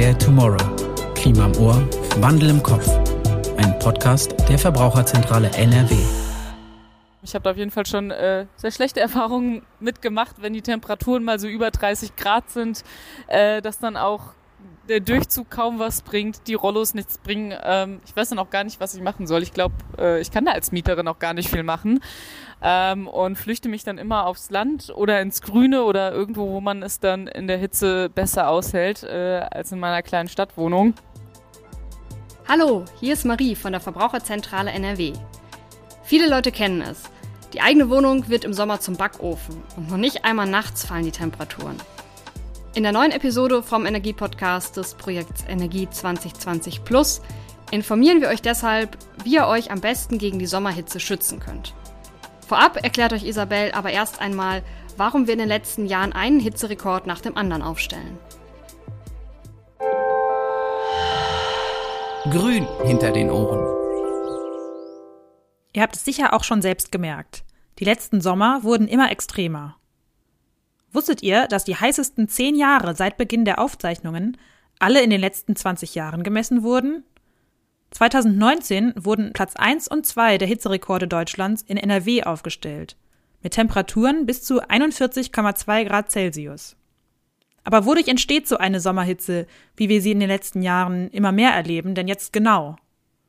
Care Tomorrow. Klima im Ohr, Wandel im Kopf. Ein Podcast der Verbraucherzentrale NRW. Ich habe da auf jeden Fall schon sehr schlechte Erfahrungen mitgemacht, wenn die Temperaturen mal so über 30 Grad sind, dass dann auch der Durchzug kaum was bringt, die Rollos nichts bringen. Ich weiß dann auch gar nicht, was ich machen soll. Ich glaube, ich kann da als Mieterin auch gar nicht viel machen und flüchte mich dann immer aufs Land oder ins Grüne oder irgendwo, wo man es dann in der Hitze besser aushält als in meiner kleinen Stadtwohnung. Hallo, hier ist Marie von der Verbraucherzentrale NRW. Viele Leute kennen es. Die eigene Wohnung wird im Sommer zum Backofen und noch nicht einmal nachts fallen die Temperaturen. In der neuen Episode vom Energiepodcast des Projekts Energie 2020 Plus informieren wir euch deshalb, wie ihr euch am besten gegen die Sommerhitze schützen könnt. Vorab erklärt euch Isabel aber erst einmal, warum wir in den letzten Jahren einen Hitzerekord nach dem anderen aufstellen. Grün hinter den Ohren. Ihr habt es sicher auch schon selbst gemerkt. Die letzten Sommer wurden immer extremer. Wusstet ihr, dass die heißesten 10 Jahre seit Beginn der Aufzeichnungen alle in den letzten 20 Jahren gemessen wurden? 2019 wurden Platz 1 und 2 der Hitzerekorde Deutschlands in NRW aufgestellt, mit Temperaturen bis zu 41,2 Grad Celsius. Aber wodurch entsteht so eine Sommerhitze, wie wir sie in den letzten Jahren immer mehr erleben, denn jetzt genau?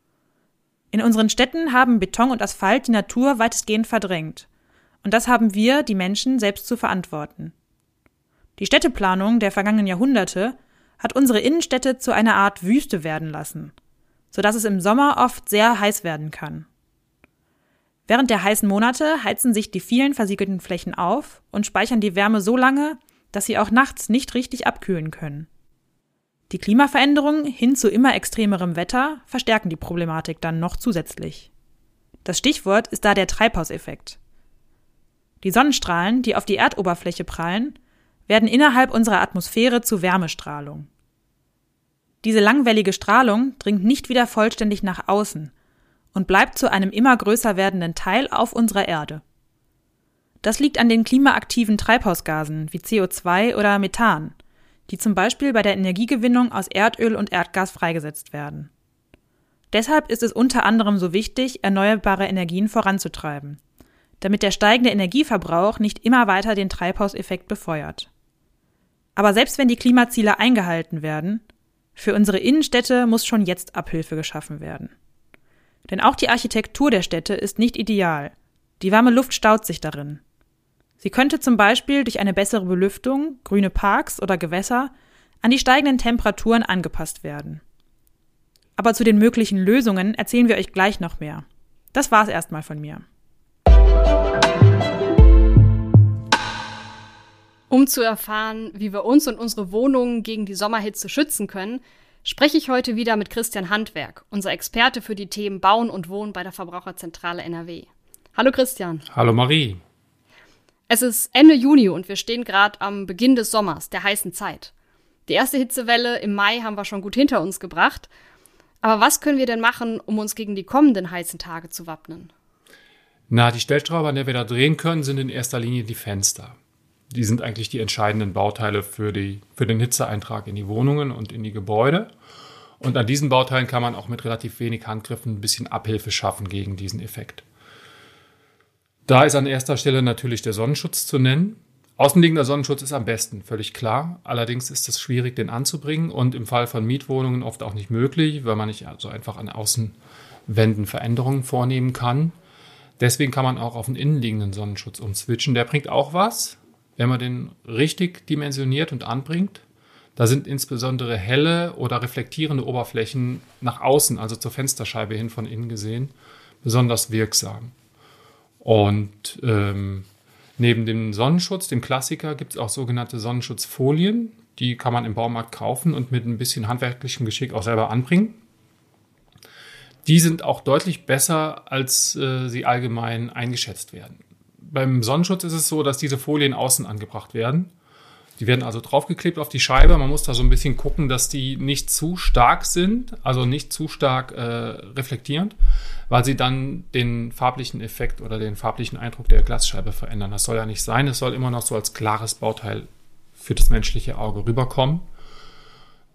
In unseren Städten haben Beton und Asphalt die Natur weitestgehend verdrängt. Und das haben wir, die Menschen, selbst zu verantworten. Die Städteplanung der vergangenen Jahrhunderte hat unsere Innenstädte zu einer Art Wüste werden lassen, sodass es im Sommer oft sehr heiß werden kann. Während der heißen Monate heizen sich die vielen versiegelten Flächen auf und speichern die Wärme so lange, dass sie auch nachts nicht richtig abkühlen können. Die Klimaveränderungen hin zu immer extremerem Wetter verstärken die Problematik dann noch zusätzlich. Das Stichwort ist da der Treibhauseffekt. Die Sonnenstrahlen, die auf die Erdoberfläche prallen, werden innerhalb unserer Atmosphäre zu Wärmestrahlung. Diese langwellige Strahlung dringt nicht wieder vollständig nach außen und bleibt zu einem immer größer werdenden Teil auf unserer Erde. Das liegt an den klimaaktiven Treibhausgasen wie CO2 oder Methan, die zum Beispiel bei der Energiegewinnung aus Erdöl und Erdgas freigesetzt werden. Deshalb ist es unter anderem so wichtig, erneuerbare Energien voranzutreiben, damit der steigende Energieverbrauch nicht immer weiter den Treibhauseffekt befeuert. Aber selbst wenn die Klimaziele eingehalten werden, für unsere Innenstädte muss schon jetzt Abhilfe geschaffen werden. Denn auch die Architektur der Städte ist nicht ideal. Die warme Luft staut sich darin. Sie könnte zum Beispiel durch eine bessere Belüftung, grüne Parks oder Gewässer an die steigenden Temperaturen angepasst werden. Aber zu den möglichen Lösungen erzählen wir euch gleich noch mehr. Das war's erstmal von mir. Um zu erfahren, wie wir uns und unsere Wohnungen gegen die Sommerhitze schützen können, spreche ich heute wieder mit Christian Handwerk, unser Experte für die Themen Bauen und Wohnen bei der Verbraucherzentrale NRW. Hallo Christian. Hallo Marie. Es ist Ende Juni und wir stehen gerade am Beginn des Sommers, der heißen Zeit. Die erste Hitzewelle im Mai haben wir schon gut hinter uns gebracht. Aber was können wir denn machen, um uns gegen die kommenden heißen Tage zu wappnen? Die Stellschraube, an der wir da drehen können, sind in erster Linie die Fenster. Die sind eigentlich die entscheidenden Bauteile für den Hitzeeintrag in die Wohnungen und in die Gebäude. Und an diesen Bauteilen kann man auch mit relativ wenig Handgriffen ein bisschen Abhilfe schaffen gegen diesen Effekt. Da ist an erster Stelle natürlich der Sonnenschutz zu nennen. Außenliegender Sonnenschutz ist am besten, völlig klar. Allerdings ist es schwierig, den anzubringen und im Fall von Mietwohnungen oft auch nicht möglich, weil man nicht so einfach an Außenwänden Veränderungen vornehmen kann. Deswegen kann man auch auf den innenliegenden Sonnenschutz umswitchen. Der bringt auch was, wenn man den richtig dimensioniert und anbringt. Da sind insbesondere helle oder reflektierende Oberflächen nach außen, also zur Fensterscheibe hin von innen gesehen, besonders wirksam. Und neben dem Sonnenschutz, dem Klassiker, gibt es auch sogenannte Sonnenschutzfolien. Die kann man im Baumarkt kaufen und mit ein bisschen handwerklichem Geschick auch selber anbringen. Die sind auch deutlich besser, als sie allgemein eingeschätzt werden. Beim Sonnenschutz ist es so, dass diese Folien außen angebracht werden. Die werden also draufgeklebt auf die Scheibe. Man muss da so ein bisschen gucken, dass die nicht zu stark sind, also nicht zu stark reflektierend, weil sie dann den farblichen Effekt oder den farblichen Eindruck der Glasscheibe verändern. Das soll ja nicht sein. Es soll immer noch so als klares Bauteil für das menschliche Auge rüberkommen.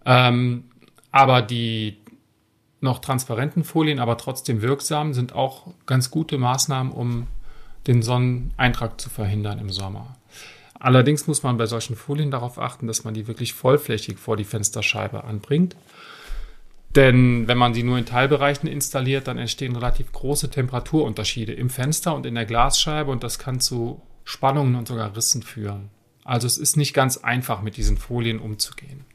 Aber die noch transparenten Folien, aber trotzdem wirksam, sind auch ganz gute Maßnahmen, um den Sonneneintrag zu verhindern im Sommer. Allerdings muss man bei solchen Folien darauf achten, dass man die wirklich vollflächig vor die Fensterscheibe anbringt. Denn wenn man sie nur in Teilbereichen installiert, dann entstehen relativ große Temperaturunterschiede im Fenster und in der Glasscheibe und das kann zu Spannungen und sogar Rissen führen. Also es ist nicht ganz einfach, mit diesen Folien umzugehen.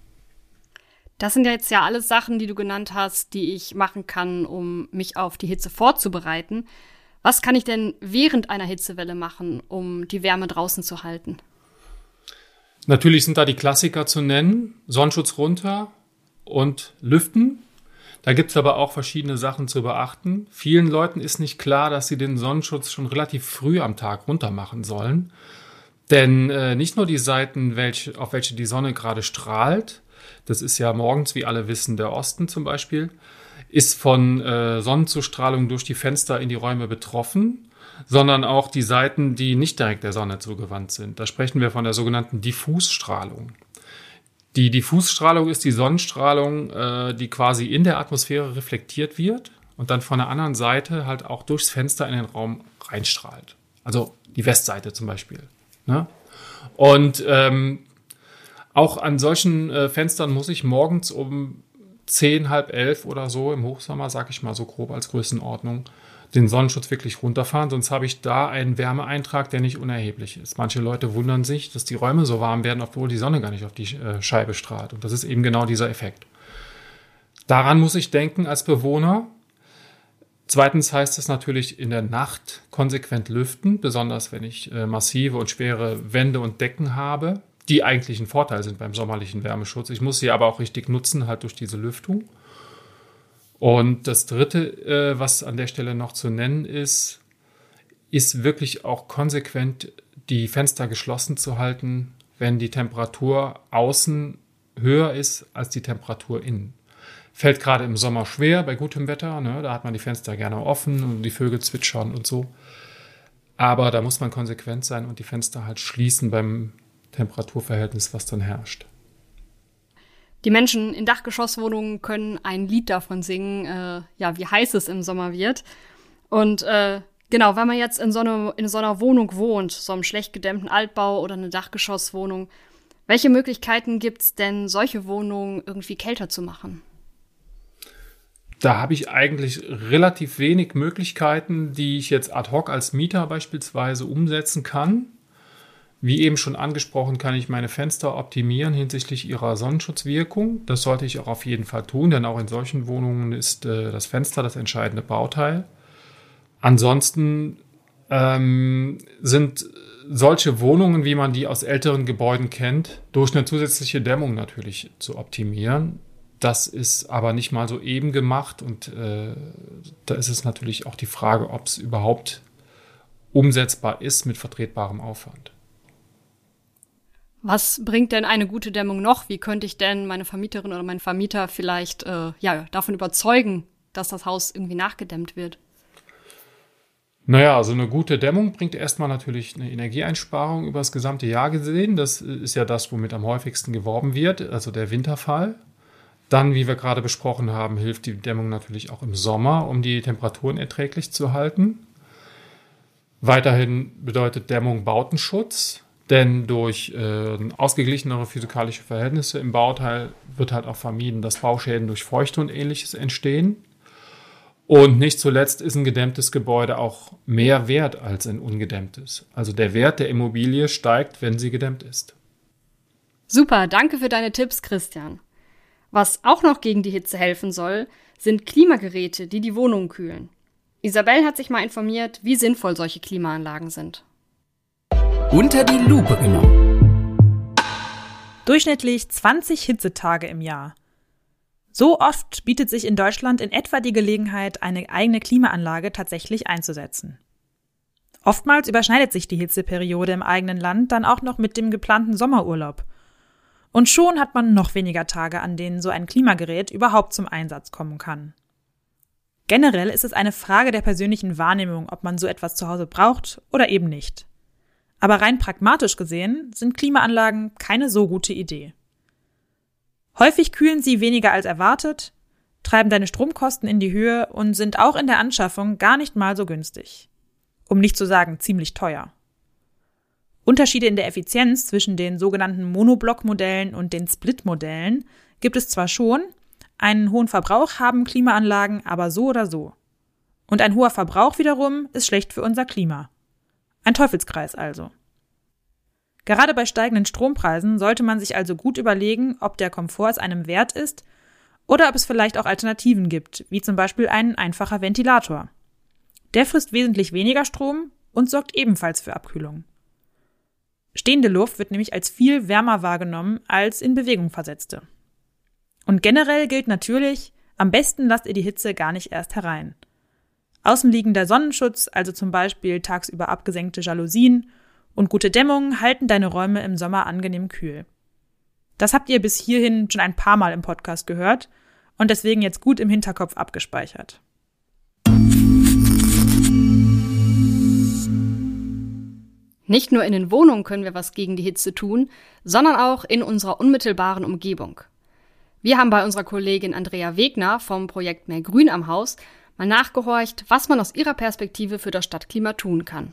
Das sind ja jetzt alles Sachen, die du genannt hast, die ich machen kann, um mich auf die Hitze vorzubereiten. Was kann ich denn während einer Hitzewelle machen, um die Wärme draußen zu halten? Natürlich sind da die Klassiker zu nennen. Sonnenschutz runter und lüften. Da gibt es aber auch verschiedene Sachen zu beachten. Vielen Leuten ist nicht klar, dass sie den Sonnenschutz schon relativ früh am Tag runter machen sollen. Denn nicht nur die Seiten, auf welche die Sonne gerade strahlt, das ist ja morgens, wie alle wissen, der Osten zum Beispiel, ist von Sonnenzustrahlung durch die Fenster in die Räume betroffen, sondern auch die Seiten, die nicht direkt der Sonne zugewandt sind. Da sprechen wir von der sogenannten Diffusstrahlung. Die Diffusstrahlung ist die Sonnenstrahlung, die quasi in der Atmosphäre reflektiert wird und dann von der anderen Seite halt auch durchs Fenster in den Raum reinstrahlt. Also die Westseite zum Beispiel. Ne? Und auch an solchen Fenstern muss ich morgens um 10, halb 11 oder so im Hochsommer, sag ich mal so grob als Größenordnung, den Sonnenschutz wirklich runterfahren, sonst habe ich da einen Wärmeeintrag, der nicht unerheblich ist. Manche Leute wundern sich, dass die Räume so warm werden, obwohl die Sonne gar nicht auf die Scheibe strahlt. Und das ist eben genau dieser Effekt. Daran muss ich denken als Bewohner. Zweitens heißt es natürlich in der Nacht konsequent lüften, besonders wenn ich massive und schwere Wände und Decken habe, die eigentlich ein Vorteil sind beim sommerlichen Wärmeschutz. Ich muss sie aber auch richtig nutzen, halt durch diese Lüftung. Und das Dritte, was an der Stelle noch zu nennen ist wirklich auch konsequent die Fenster geschlossen zu halten, wenn die Temperatur außen höher ist als die Temperatur innen. Fällt gerade im Sommer schwer bei gutem Wetter, ne? Da hat man die Fenster gerne offen und die Vögel zwitschern und so. Aber da muss man konsequent sein und die Fenster halt schließen beim Temperaturverhältnis, was dann herrscht. Die Menschen in Dachgeschosswohnungen können ein Lied davon singen, wie heiß es im Sommer wird. Und genau, wenn man jetzt in so einer Wohnung wohnt, so einem schlecht gedämmten Altbau oder eine Dachgeschosswohnung, welche Möglichkeiten gibt es denn, solche Wohnungen irgendwie kälter zu machen? Da habe ich eigentlich relativ wenig Möglichkeiten, die ich jetzt ad hoc als Mieter beispielsweise umsetzen kann. Wie eben schon angesprochen, kann ich meine Fenster optimieren hinsichtlich ihrer Sonnenschutzwirkung. Das sollte ich auch auf jeden Fall tun, denn auch in solchen Wohnungen ist das Fenster das entscheidende Bauteil. Ansonsten sind solche Wohnungen, wie man die aus älteren Gebäuden kennt, durch eine zusätzliche Dämmung natürlich zu optimieren. Das ist aber nicht mal so eben gemacht und da ist es natürlich auch die Frage, ob es überhaupt umsetzbar ist mit vertretbarem Aufwand. Was bringt denn eine gute Dämmung noch? Wie könnte ich denn meine Vermieterin oder meinen Vermieter vielleicht davon überzeugen, dass das Haus irgendwie nachgedämmt wird? Naja, also eine gute Dämmung bringt erstmal natürlich eine Energieeinsparung über das gesamte Jahr gesehen. Das ist ja das, womit am häufigsten geworben wird, also der Winterfall. Dann, wie wir gerade besprochen haben, hilft die Dämmung natürlich auch im Sommer, um die Temperaturen erträglich zu halten. Weiterhin bedeutet Dämmung Bautenschutz. Denn durch ausgeglichenere physikalische Verhältnisse im Bauteil wird halt auch vermieden, dass Bauschäden durch Feuchte und Ähnliches entstehen. Und nicht zuletzt ist ein gedämmtes Gebäude auch mehr wert als ein ungedämmtes. Also der Wert der Immobilie steigt, wenn sie gedämmt ist. Super, danke für deine Tipps, Christian. Was auch noch gegen die Hitze helfen soll, sind Klimageräte, die die Wohnung kühlen. Isabel hat sich mal informiert, wie sinnvoll solche Klimaanlagen sind. Unter die Lupe genommen. Durchschnittlich 20 Hitzetage im Jahr. So oft bietet sich in Deutschland in etwa die Gelegenheit, eine eigene Klimaanlage tatsächlich einzusetzen. Oftmals überschneidet sich die Hitzeperiode im eigenen Land dann auch noch mit dem geplanten Sommerurlaub. Und schon hat man noch weniger Tage, an denen so ein Klimagerät überhaupt zum Einsatz kommen kann. Generell ist es eine Frage der persönlichen Wahrnehmung, ob man so etwas zu Hause braucht oder eben nicht. Aber rein pragmatisch gesehen sind Klimaanlagen keine so gute Idee. Häufig kühlen sie weniger als erwartet, treiben deine Stromkosten in die Höhe und sind auch in der Anschaffung gar nicht mal so günstig. Um nicht zu sagen ziemlich teuer. Unterschiede in der Effizienz zwischen den sogenannten Monoblock-Modellen und den Split-Modellen gibt es zwar schon, einen hohen Verbrauch haben Klimaanlagen aber so oder so. Und ein hoher Verbrauch wiederum ist schlecht für unser Klima. Ein Teufelskreis also. Gerade bei steigenden Strompreisen sollte man sich also gut überlegen, ob der Komfort es einem wert ist oder ob es vielleicht auch Alternativen gibt, wie zum Beispiel ein einfacher Ventilator. Der frisst wesentlich weniger Strom und sorgt ebenfalls für Abkühlung. Stehende Luft wird nämlich als viel wärmer wahrgenommen als in Bewegung versetzte. Und generell gilt natürlich, am besten lasst ihr die Hitze gar nicht erst herein. Außenliegender Sonnenschutz, also zum Beispiel tagsüber abgesenkte Jalousien und gute Dämmung halten deine Räume im Sommer angenehm kühl. Das habt ihr bis hierhin schon ein paar Mal im Podcast gehört und deswegen jetzt gut im Hinterkopf abgespeichert. Nicht nur in den Wohnungen können wir was gegen die Hitze tun, sondern auch in unserer unmittelbaren Umgebung. Wir haben bei unserer Kollegin Andrea Wegner vom Projekt Mehr Grün am Haus mal nachgehorcht, was man aus ihrer Perspektive für das Stadtklima tun kann.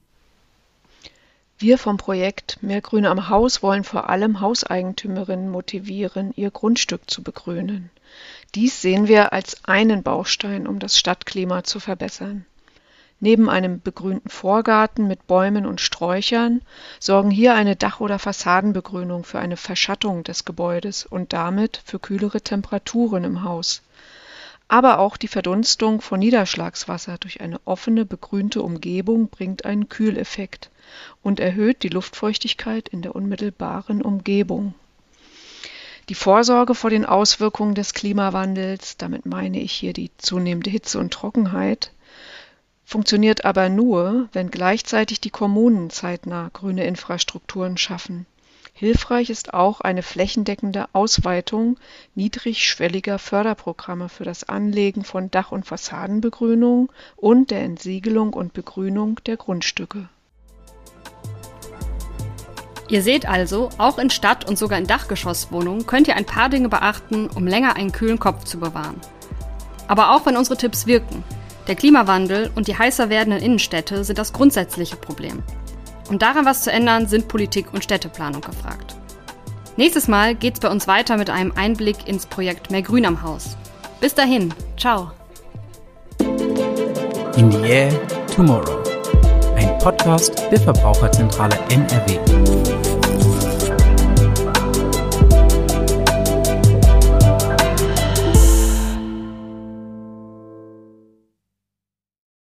Wir vom Projekt Mehr Grün am Haus wollen vor allem Hauseigentümerinnen motivieren, ihr Grundstück zu begrünen. Dies sehen wir als einen Baustein, um das Stadtklima zu verbessern. Neben einem begrünten Vorgarten mit Bäumen und Sträuchern sorgen hier eine Dach- oder Fassadenbegrünung für eine Verschattung des Gebäudes und damit für kühlere Temperaturen im Haus. Aber auch die Verdunstung von Niederschlagswasser durch eine offene, begrünte Umgebung bringt einen Kühleffekt und erhöht die Luftfeuchtigkeit in der unmittelbaren Umgebung. Die Vorsorge vor den Auswirkungen des Klimawandels, damit meine ich hier die zunehmende Hitze und Trockenheit, funktioniert aber nur, wenn gleichzeitig die Kommunen zeitnah grüne Infrastrukturen schaffen. Hilfreich ist auch eine flächendeckende Ausweitung niedrigschwelliger Förderprogramme für das Anlegen von Dach- und Fassadenbegrünung und der Entsiegelung und Begrünung der Grundstücke. Ihr seht also, auch in Stadt- und sogar in Dachgeschosswohnungen könnt ihr ein paar Dinge beachten, um länger einen kühlen Kopf zu bewahren. Aber auch wenn unsere Tipps wirken, der Klimawandel und die heißer werdenden Innenstädte sind das grundsätzliche Problem. Um daran was zu ändern, sind Politik und Städteplanung gefragt. Nächstes Mal geht's bei uns weiter mit einem Einblick ins Projekt Mehr Grün am Haus. Bis dahin, ciao. In the Air Tomorrow. Ein Podcast der Verbraucherzentrale NRW.